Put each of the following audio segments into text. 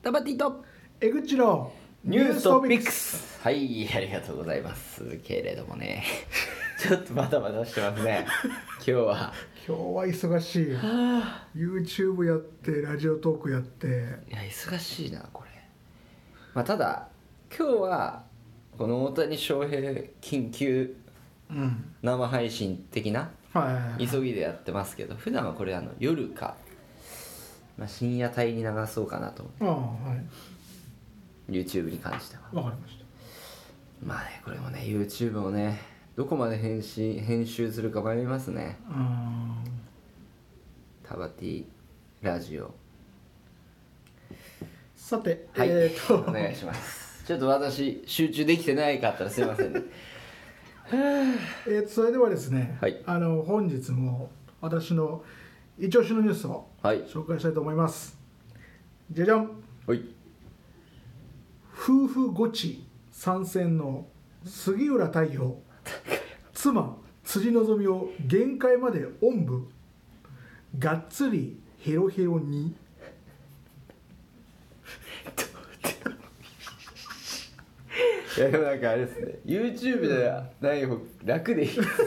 タバティと江口のニューストピックス。はい、ありがとうございますけれどもねちょっとバタバタしてますね今日は忙しい。YouTube やってラジオトークやって。 いや忙しいなこれ。まあただ今日はこの大谷翔平緊急生配信的な急ぎでやってますけど、普段はこれ夜か、深夜帯に流そうかなと思って、YouTube に関しては。 わかりました。 まあね、これもね YouTube もねどこまで編集するか迷いますね。タバティラジオ。 さて、 はい、お願いします。ちょっと私集中できてないかったらすいませんねそれではですね、 はい、 本日も私の一押しのニュースを紹介したいと思います。じゃじゃん。 はい。 夫婦ゴチ参戦の杉浦太陽妻辻希美を限界までおんぶ、がっつりヘロヘロに。 いやでもなんかあれですね、 YouTube ではない方楽でいいです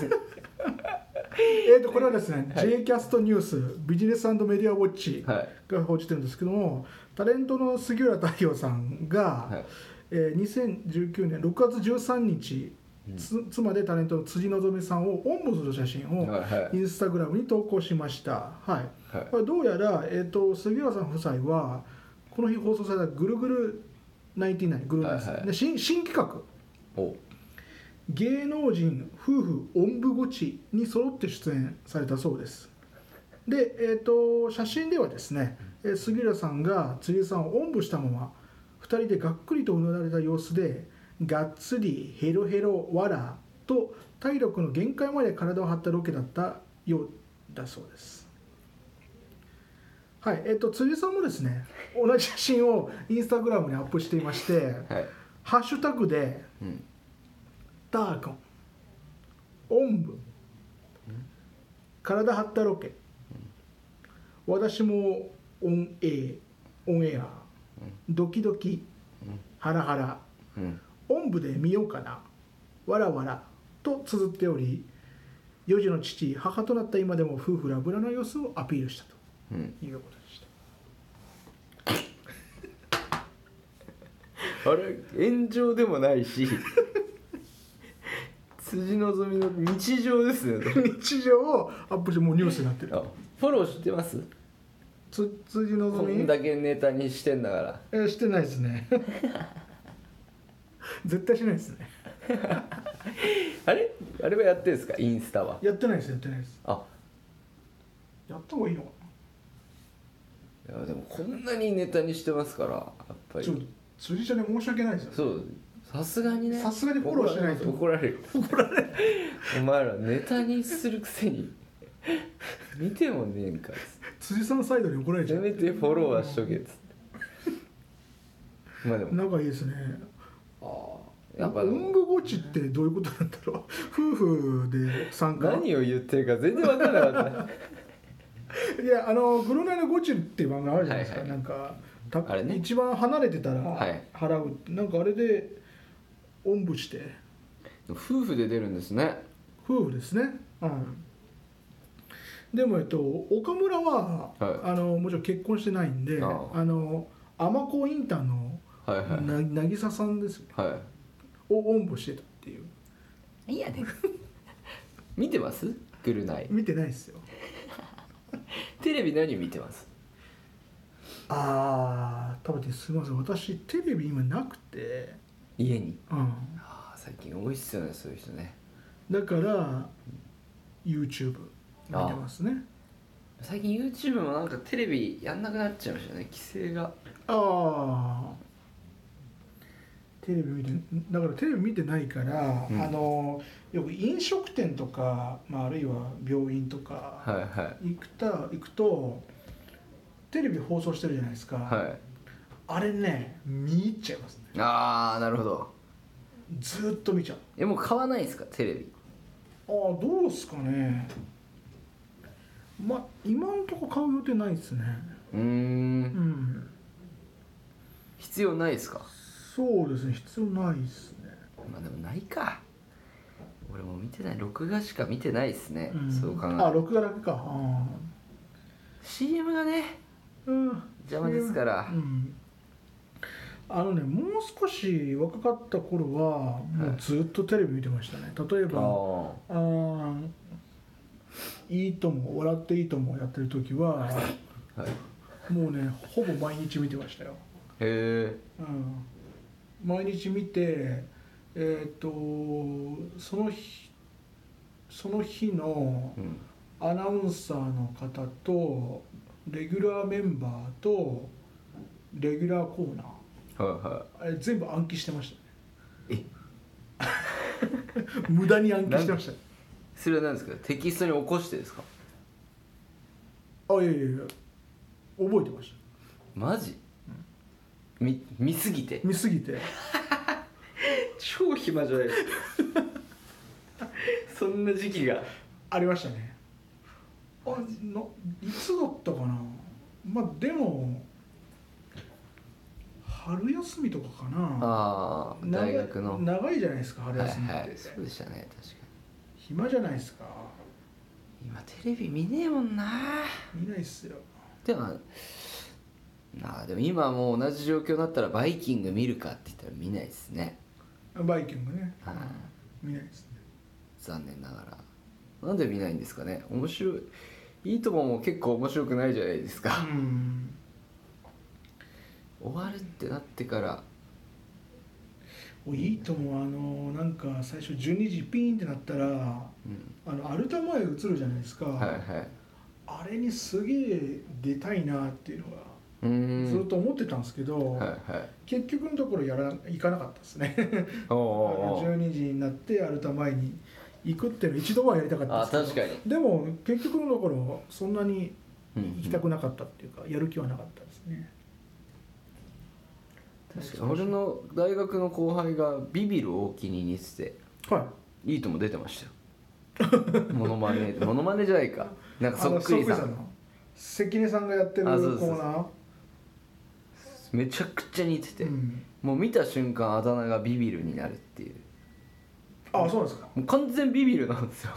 これはですね、 はい、 J キャストニュースビジネス&メディアウォッチが報じてるんですけども、タレントの杉浦太陽さんが、2019年6月13日、妻でタレントの辻希美さんをおんぶする写真をインスタグラムに投稿しました。どうやら、杉浦さん夫妻はこの日放送されたぐるぐる99グループです、新企画芸能人夫婦おんぶゴチに揃って出演されたそうです。で、写真ではですね、杉浦さんが辻さんをおんぶしたまま2人でがっくりとうなられた様子で、がっつりヘロヘロわらと体力の限界まで体を張ったロケだったようだそうです。辻さんもですね同じ写真をインスタグラムにアップしていまして、ハッシュタグで、ターコンおんぶ体張ったロケ、私もオンエアドキドキハラハラ、おんぶで見ようかなわらわらと綴っており、4児の父母となった今でも夫婦ラブラな様子をアピールしたということでした、 あれ炎上でもないし辻希美の日常ですよね日常をアップしてもうニュースになってる。 フォローしてます？ 辻希美こんだけネタにしてんだから。 してないですね絶対しないですねあれはやってるんですか？インスタはやってないです。やった方がいいのかな。いやでもこんなにネタにしてますから、やっぱり辻ちゃんに申し訳ないですよ。 そうさすがにね、 さすがにフォローしないと怒られるお前らネタにするくせに見てもねえんかい辻さんサイドに怒られちゃう。 せめてフォローはしとけっつってまあでも仲いいですね。 やっぱおんぶゴチってどういうことなんだろう夫婦で参加。 何を言ってるか全然分からなかったいやグロナイのゴチっていう番組あるじゃないですか、なんかあれ、ね、一番離れてたら払うって、なんかあれでおんぶして夫婦で出るんですね。 夫婦ですね。でも岡村は、もちろん結婚してないんで、尼子インターの渚さんですよ、をおんぶしてたっていう。 いやね見てます？グルナイ見てないですよテレビ何見てます？ 食べてすみません、私テレビ今なくて家に。最近多いっすよねそういう人ね。 だから YouTube 見てますね。 最近 YouTube もなんかテレビやんなくなっちゃいましたね、規制が。 テレビ見て、だからテレビ見てないから、よく飲食店とか、あるいは病院とか行くとテレビ放送してるじゃないですか、あれね見入っちゃいますね。 なるほど。 ずっと見ちゃう。 もう買わないですかテレビ？ どうですかね。今んとこ買う予定ないですね。 必要ないですか？ そうですね、必要ないですね。 まあでもないか。俺も見てない、録画しか見てないですね、そう考えると。あ、録画だけか。 CM がね、邪魔ですから。 もう少し若かった頃はもうずっとテレビ見てましたね。例えばいいとも、笑っていいともやってる時は、はい、もうねほぼ毎日見てましたよ。へえ。毎日見て、その日のアナウンサーの方とレギュラーメンバーとレギュラーコーナー、はいはい、全部暗記してましたね。無駄に暗記してました。 それは何ですか？テキストに起こしてですか？ いや覚えてました。 マジ？見すぎて超暇じゃないですかそんな時期がありましたね。いつだったかな。まあでも春休みとかかな。 大学の長いじゃないですか、春休みって、 はいはい、そうでしたね。確かに暇じゃないですか。 今テレビ見ねえもんな。 見ないっすよ。 でも今もう同じ状況になったらバイキング見るかって言ったら見ないですね。 バイキングね、見ないですね。 残念ながら。なんで見ないんですかね。面白い。いいともも結構面白くないじゃないですか。終わるってなってからいいともなんか最初12時ピーンってなったら、アルタ前映るじゃないですか、はいはい、あれにすげえ出たいなっていうのがずっと思ってたんですけど、はいはい、結局のところ行かなかったですね12時になってアルタ前に行くっていうの一度はやりたかったですけど、確かに。でも結局のところそんなに行きたくなかったっていうか、やる気はなかったですね。 確かに俺の大学の後輩がビビる大木に似てて、はい、いいとも出てましたよモノマネじゃないか、なんかそっくりさんの関根さんがやってるコーナーめちゃくちゃ似てて、もう見た瞬間あだ名がビビるになるっていう。 そうなんですか。 もう完全ビビるなんですよ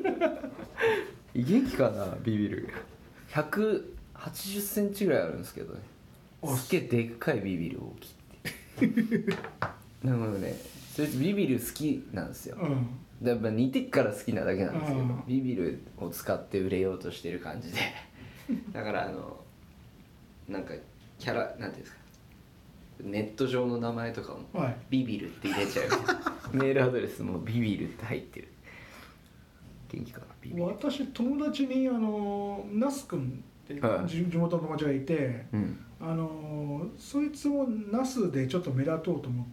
元気かなビビる。180センチぐらいあるんですけどね、すげえでっかいビビる大きいってなるほどね。そいつビビる好きなんですよ、やっぱ似てっから好きなだけなんですけど、ビビるを使って売れようとしてる感じでだからなんかキャラなんていうんですか、ネット上の名前とかもビビるって入れちゃうメールアドレスもビビるって入ってる。元気かなビビる。 私友達に那須君って地元の友達がいて、そいつも那須でちょっと目立とうと思って、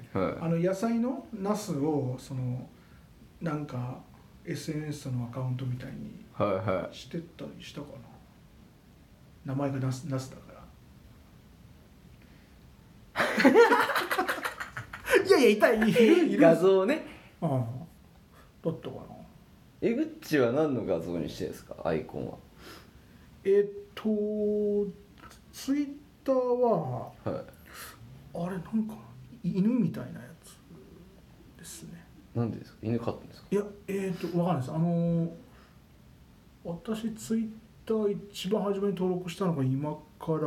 野菜の那須をなんか SNS のアカウントみたいにしてったりしたかな。名前が那須だからいや痛い画像ね。 だったかな。 エグッチは何の画像にしてるんですか、アイコンは。 ツイッターは、あれなんか犬みたいなやつですね。 なんでですか、犬飼ってるんですか。 いやわかんないです。私ツイッター一番初めに登録したのが今から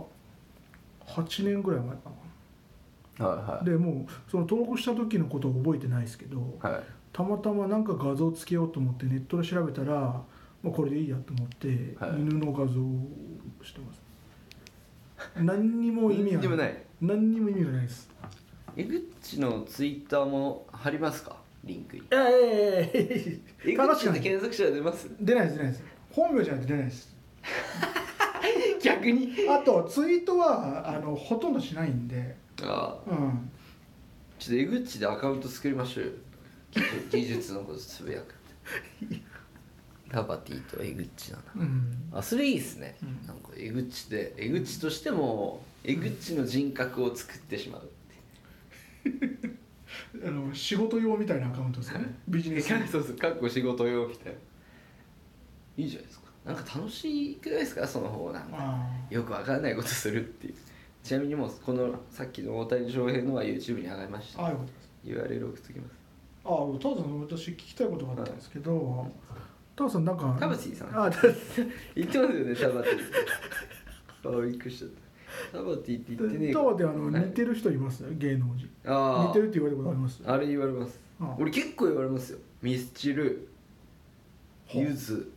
8年ぐらい前かな。でもうその登録した時のことを覚えてないですけど、たまたまなんか画像つけようと思ってネットで調べたら、これでいいやと思って、犬の画像をしてます。何にも意味がない。何にも意味がないです。 エグッチのツイッターも貼りますか、リンクに。 エグッチって検索したら出ます？ 出ないです。本名じゃないと出ないです逆に。 あとツイートはほとんどしないんで。ちょっとエグッチでアカウント作りましょうよ技術のことつぶやくラバティとエグッチなんだ、それいいっすね、なんかエグッチでエグッチとしてもエグッチの人格を作ってしまうって仕事用みたいなアカウントですねビジネスそうかっこ仕事用みたいな。いいじゃないですか。なんか楽しくないですか、その方。なんかよくわからないことするっていう。 ちなみにもうこのさっきの大谷翔平のは YouTube に上がりました。 あ、よかったです。 URL 送っときます。 タオさん、私聞きたいことがあったんですけど、タオさんなんか田淵さん言ってますよね、田淵。あ、びっくりしちゃった。田淵って言ってねえか。 田淵似てる人いますね、芸能人。似てるって言われたことあります？ あれ言われます。俺結構言われますよ。ミスチル、ゆず、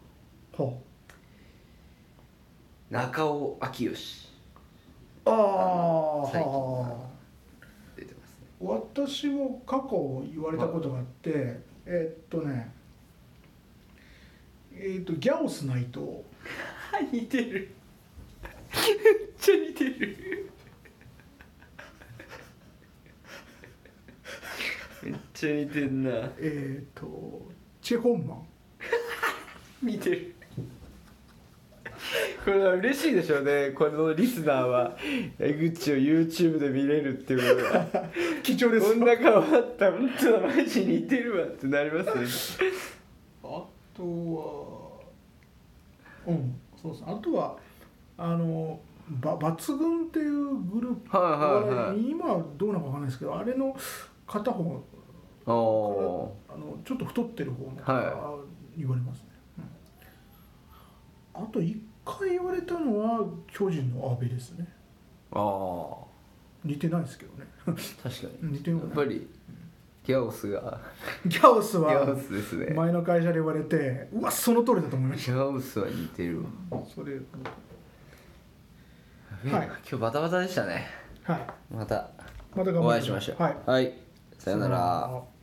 中尾明義。最近出てますね。 私も過去言われたことがあって、ギャオス内藤。 似てる。めっちゃ似てる。めっちゃ似てんな。 チェ・ホンマン。 似てる。これは嬉しいでしょうね、このリスナーは江口を YouTube で見れるっていうことが貴重です。 こんな顔あった本当はマジ似てるわってなりますね。 あとはそうですね。あとは抜群っていうグループ、今はどうなのかわかんないですけど、あれの片方ちょっと太ってる方の言われますね。あと一回言われたのは巨人の阿部ですね。似てないですけどね。 確かに似てる。 やっぱりギャオスはですね。前の会社で言われて、うわその通りだと思いました。 ギャオスは似てるわ。 それ今日バタバタでしたね。またお会いしましょう。はい、さよなら。